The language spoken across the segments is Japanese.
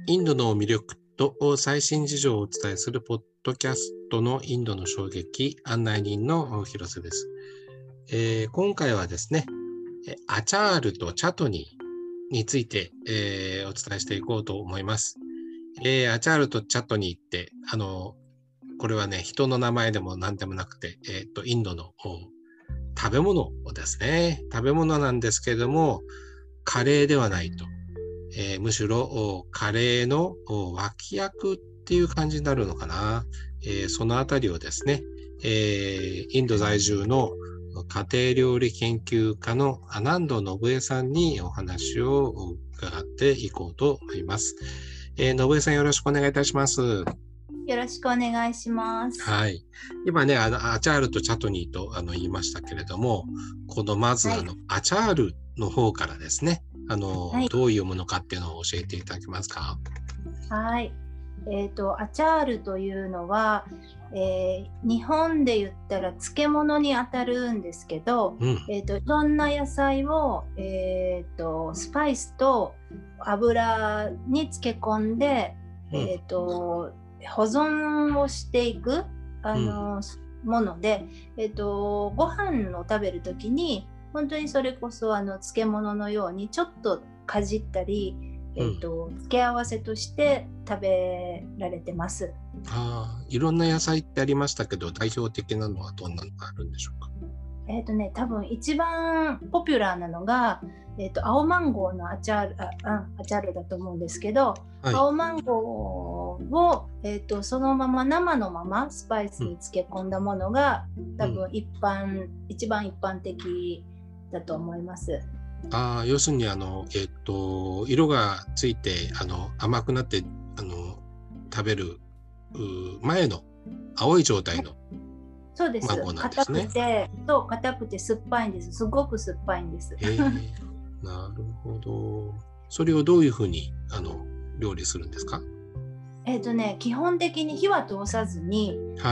インドの魅力と最新事情をお伝えするポッドキャストのインドの衝撃案内人の広瀬です。今回はですね、アチャールとチャトニーについて、お伝えしていこうと思います。アチャールとチャトニーってこれはね、人の名前でも何でもなくて、インドの食べ物ですね。食べ物なんですけれども、カレーではないと。むしろカレーの脇役っていう感じになるのかな。そのあたりをですね、インド在住の家庭料理研究家のアナンド信江さんにお話を伺っていこうと思います。信江さん、よろしくお願いいたします。 よろしくお願いします。 はい。今ね、アチャールとチャトニーと言いましたけれども、まず、アチャールの方からですね、どういうものかっていうのを教えていただけますか？ はい。アチャールというのは、日本で言ったら漬物にあたるんですけど、いろんな野菜を、スパイスと油に漬け込んで、保存をしていくもので、ご飯を食べるときに本当にそれこそ漬物のようにちょっとかじったり、付け合わせとして食べられてます。 いろんな野菜ってありましたけど、代表的なのはどんなのがあるんでしょうか？ 多分一番ポピュラーなのが、青マンゴーのアチャールだと思うんですけど、はい、青マンゴーを、そのまま生のままスパイスに漬け込んだものが、多分一番一般的だと思います。 要するに色がついて甘くなって食べる前の青い状態のそうです。 マンゴーなんですね。 硬くて酸っぱいんです。すごく酸っぱいんです。 なるほど。それをどういうふうに料理するんですか？ 基本的に火は通さずに、はい、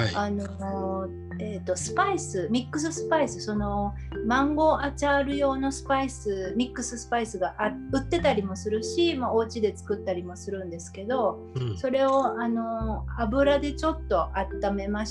スパイス、ミックススパイス、そのマンゴーアチャール用のスパイス、ミックススパイスが売ってたりもするし、お家で作ったりもするんですけど、それを油でちょっと温めまして、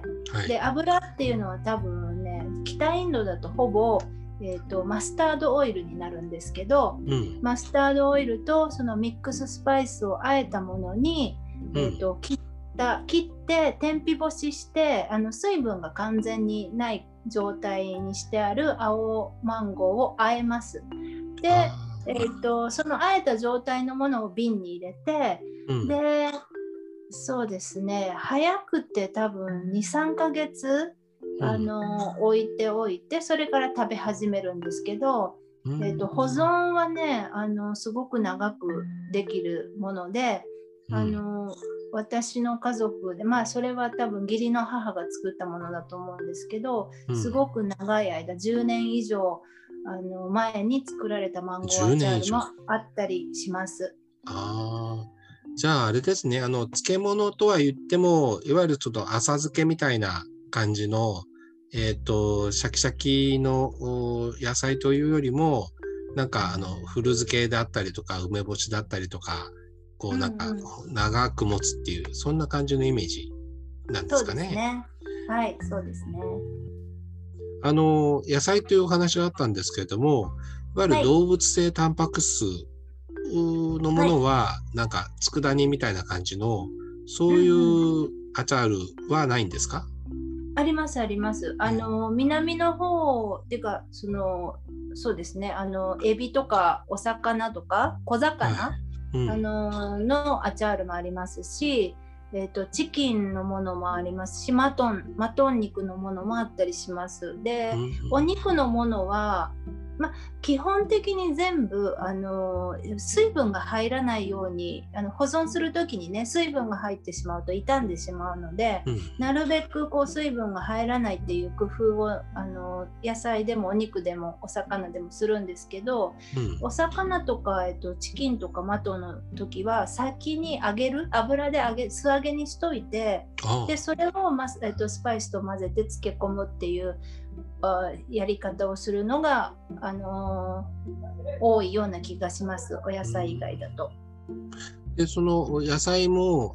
はい、で油っていうのは多分ね、北インドだとほぼマスタードオイルになるんですけど、マスタードオイルとそのミックススパイスをあえたものに、切って天日干しして水分が完全にない状態にしてある青マンゴーをあえます。で、そのあえた状態のものを瓶に入れて、でそうですね、早くて多分 2,3 ヶ月置いておいて、それから食べ始めるんですけど、保存はねすごく長くできるもので、私の家族で、それは多分義理の母が作ったものだと思うんですけど、すごく長い間10年以上前に作られたマンゴーアチャールもあったりします。 じゃああれですね、漬物とは言ってもいわゆるちょっと浅漬けみたいな感じのシャキシャキの野菜というよりも、なんか古漬けであったりとか梅干しだったりとか、なんか長く持つっていう、そんな感じのイメージなんですかね。 そうですね。はい、そうですね。 野菜というお話があったんですけれども、いわゆる動物性タンパク質のものは、なんか佃煮みたいな感じのそういうアチャールはないんですか？ ありますあります。南の方っていうか、そうですね、エビとかお魚とか小魚、のアチャールもありますし、チキンのものもありますし、マトン肉のものもあったりします。で、お肉のものは基本的に全部水分が入らないように保存するときにね、水分が入ってしまうと傷んでしまうので、なるべく水分が入らないっていう工夫を野菜でもお肉でもお魚でもするんですけど、お魚とか、チキンとかマトンの時は先に油で素揚げにしといて、でそれを、スパイスと混ぜて漬け込むっていうやり方をするのが、多いような気がします。お野菜以外だと。 で、その野菜も、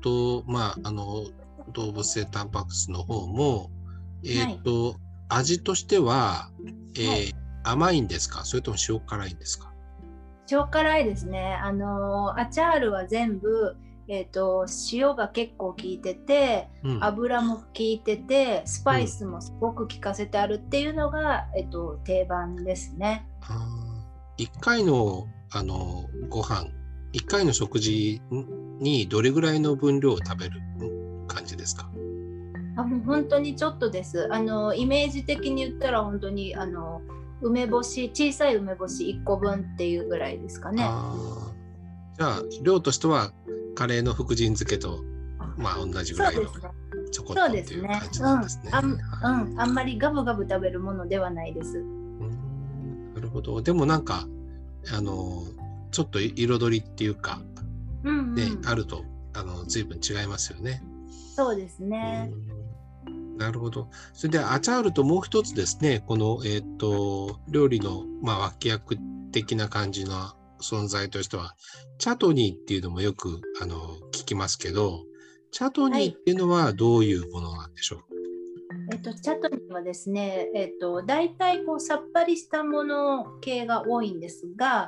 動物性タンパク質の方も、味としては、甘いんですか？それとも塩辛いんですか？ 塩辛いですね。アチャールは全部、塩が結構効いてて、油も効いてて、スパイスもすごく効かせてあるっていうのが、定番ですね。 1回の、ご飯、1回の食事にどれぐらいの分量を食べる感じですか？ もう本当にちょっとです。イメージ的に言ったら本当に梅干し、小さい梅干し1個分っていうぐらいですかね。 じゃあ量としてはカレーの福神漬けと同じぐらいのちょこっとっていう感じなんですね。 あんまりガブガブ食べるものではないです。 なるほど。でもなんかちょっと彩りっていうか、あると随分違いますよね。 そうですね。 なるほど。それでアチャールともう一つですね、この、料理の、脇役的な感じの存在としては、チャトニーっていうのもよく聞きますけど、チャトニーっていうのはどういうものなんでしょう？ チャトニーはですね、大体こうさっぱりしたもの系が多いんですが、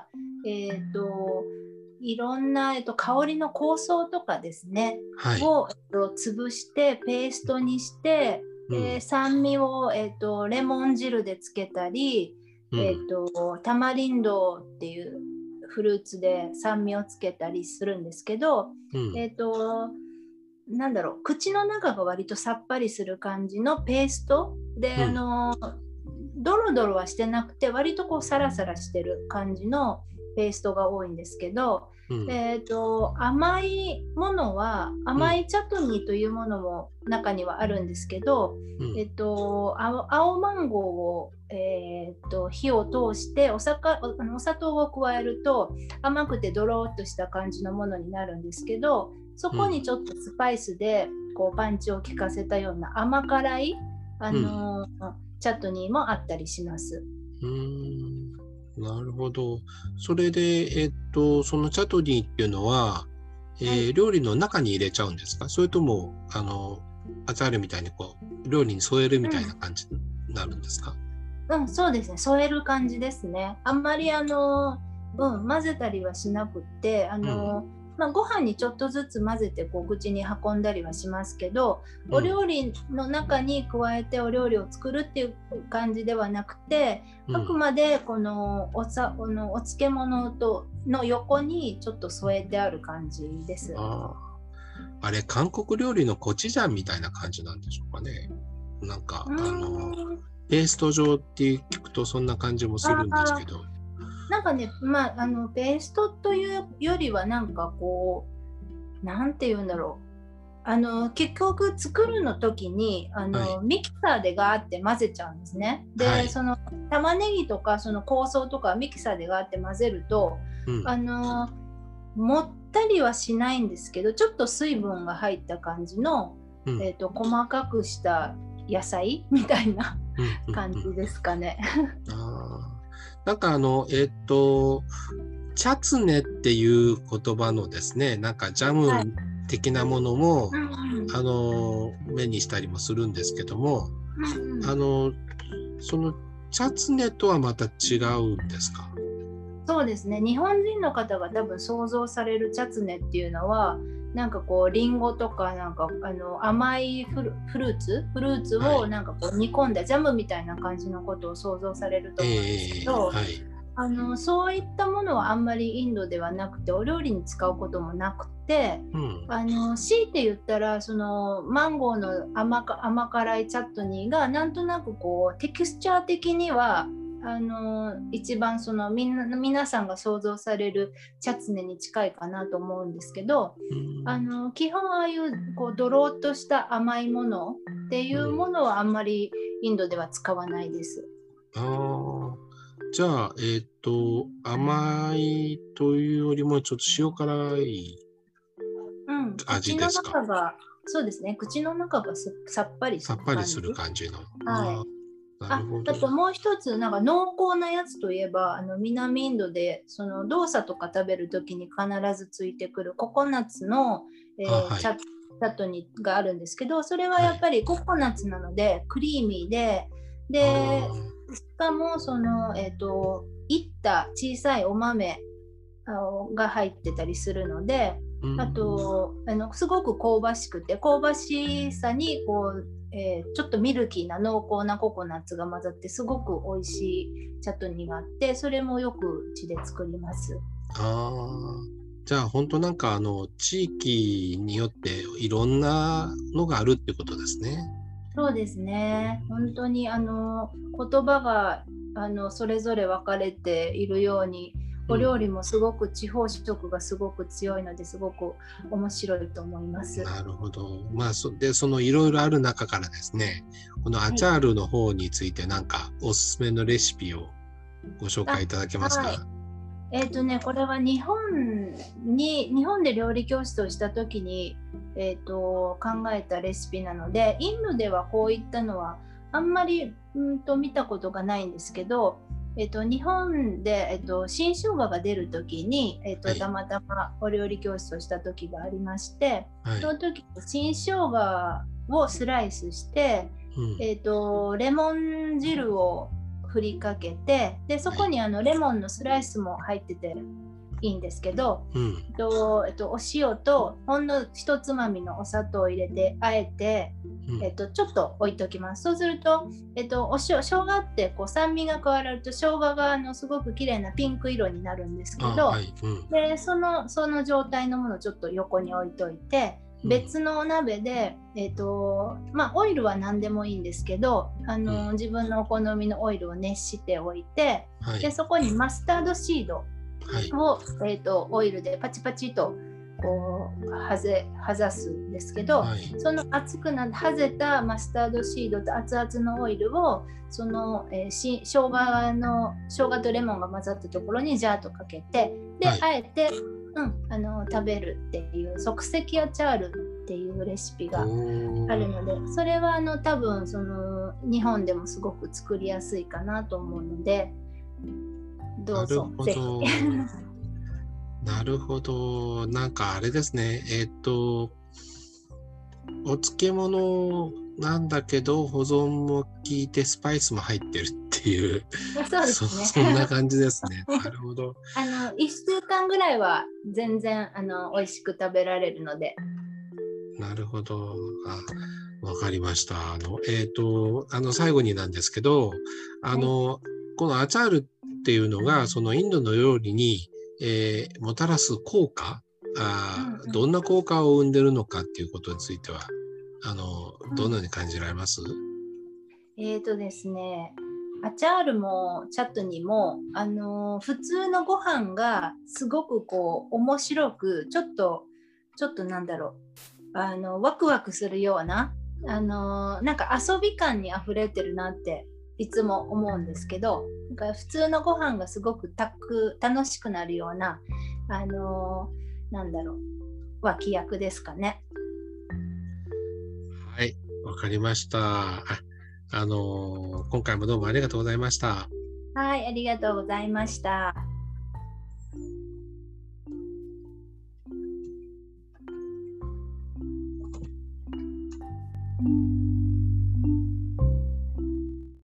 いろんな、香りの香草とかですね、を、潰してペーストにして、酸味を、レモン汁でつけたり、タマリンドっていうフルーツで酸味をつけたりするんですけど、なんだろう、口の中が割とさっぱりする感じのペーストで、ドロドロはしてなくて割とこうサラサラしてる感じのペーストが多いんですけど、甘いものは甘いチャトニーというものも中にはあるんですけど、青マンゴーを、火を通してお砂糖を加えると甘くてドローっとした感じのものになるんですけど、そこにちょっとスパイスでこうパンチを効かせたような甘辛い、チャトニーもあったりします。 なるほど。それで、そのチャトニーっていうのは、料理の中に入れちゃうんですか？それともアチャールみたいにこう料理に添えるみたいな感じになるんですか？ そうですね。添える感じですね。あんまり混ぜたりはしなくって、ご飯にちょっとずつ混ぜてこう口に運んだりはしますけど、お料理の中に加えてお料理を作るっていう感じではなくて、あくまでこのお漬物の横にちょっと添えてある感じです。 あれ、韓国料理のコチュジャンみたいな感じなんでしょうかね。なんかペースト状って聞くとそんな感じもするんですけど。 なんかね、ペーストというよりはなんかこう、なんて言うんだろう。結局作るの時にミキサーでガーって混ぜちゃうんですね。で、その玉ねぎとかその香草とかミキサーでガーって混ぜると、もったりはしないんですけど、ちょっと水分が入った感じの、細かくした野菜みたいな感じですかね。 なんかチャツネっていう言葉のですね、なんかジャム的なものも、目にしたりもするんですけども、そのチャツネとはまた違うんですか？ そうですね。日本人の方が多分想像されるチャツネっていうのは、なんかこうリンゴとかなんか甘いフルーツをなんかこう煮込んだジャムみたいな感じのことを想像されると思うんですけど、そういったものはあんまりインドではなくて、お料理に使うこともなくて、強いて言ったらそのマンゴーの甘辛いチャットニーがなんとなくこうテクスチャー的には一番その皆さんが想像されるチャツネに近いかなと思うんですけど、基本ああいうこうドロッとした甘いものっていうものはあんまりインドでは使わないです。 じゃあ、甘いというよりもちょっと塩辛い味ですか？ そうですね。口の中がさっぱりする感じ。 さっぱりする感じの。 なるほど。 あともう一つ、なんか濃厚なやつといえば、南インドでそのドーサとか食べるときに必ずついてくるココナッツの、 はい。 チャトニーがあるんですけど、それはやっぱりココナッツなのでクリーミーで、しかもその、いった小さいお豆が入ってたりするので、あとすごく香ばしくて、香ばしさにこう、ちょっとミルキーな濃厚なココナッツが混ざってすごく美味しいチャトニーがあって、それもよくうちで作ります。 じゃあ本当なんか地域によっていろんなのがあるってことですね。 そうですね。本当に言葉がそれぞれ分かれているように、お料理もすごく地方色がすごく強いのですごく面白いと思います。 なるほど。まあそのいろいろある中からですね、このアチャールの方についてなんかおすすめのレシピをご紹介いただけますか？ これは日本で料理教室をした時に、考えたレシピなので、インドではこういったのはあんまり見たことがないんですけど、日本で、新生姜が出る時に、たまたまお料理教室をした時がありまして、その時新生姜をスライスして、レモン汁を振りかけて、でそこにレモンのスライスも入ってていいんですけど、お塩とほんの一つまみのお砂糖を入れてあえて、ちょっと置いときます。そうすると、生姜ってこう酸味が加わると生姜がすごく綺麗なピンク色になるんですけど、でその状態のものをちょっと横に置いといて、別のお鍋で、オイルは何でもいいんですけど、自分のお好みのオイルを熱しておいて、でそこにマスタードシードを、オイルでパチパチとこうはざすんですけど、その熱くなってはぜたマスタードシードと熱々のオイルをその、生姜とレモンが混ざったところにジャーッとかけて、で、あえて食べるっていう即席アチャールっていうレシピがあるので、それは多分その日本でもすごく作りやすいかなと思うので、どうぞぜひ。 なるほど。なんかあれですね。お漬物なんだけど保存も効いてスパイスも入ってるっていうそうですね。 そんな感じですね。なるほど。 1週間ぐらいは全然美味しく食べられるので。 なるほど。わかりました。最後になんですけど、このアチャールっていうのがそのインドの料理に、もたらす効果、どんな効果を生んでるのかっていうことについてはどのように感じられます？ ですね、アチャールもチャットニーも普通のご飯がすごくこう面白くちょっとなんだろう、ワクワクするようななんか遊び感にあふれてるなっていつも思うんですけど、なんか普通のご飯がすごく楽しくなるようななんだろう、脇役ですかね。 はい、わかりました。今回もどうもありがとうございました。 はい、ありがとうございました。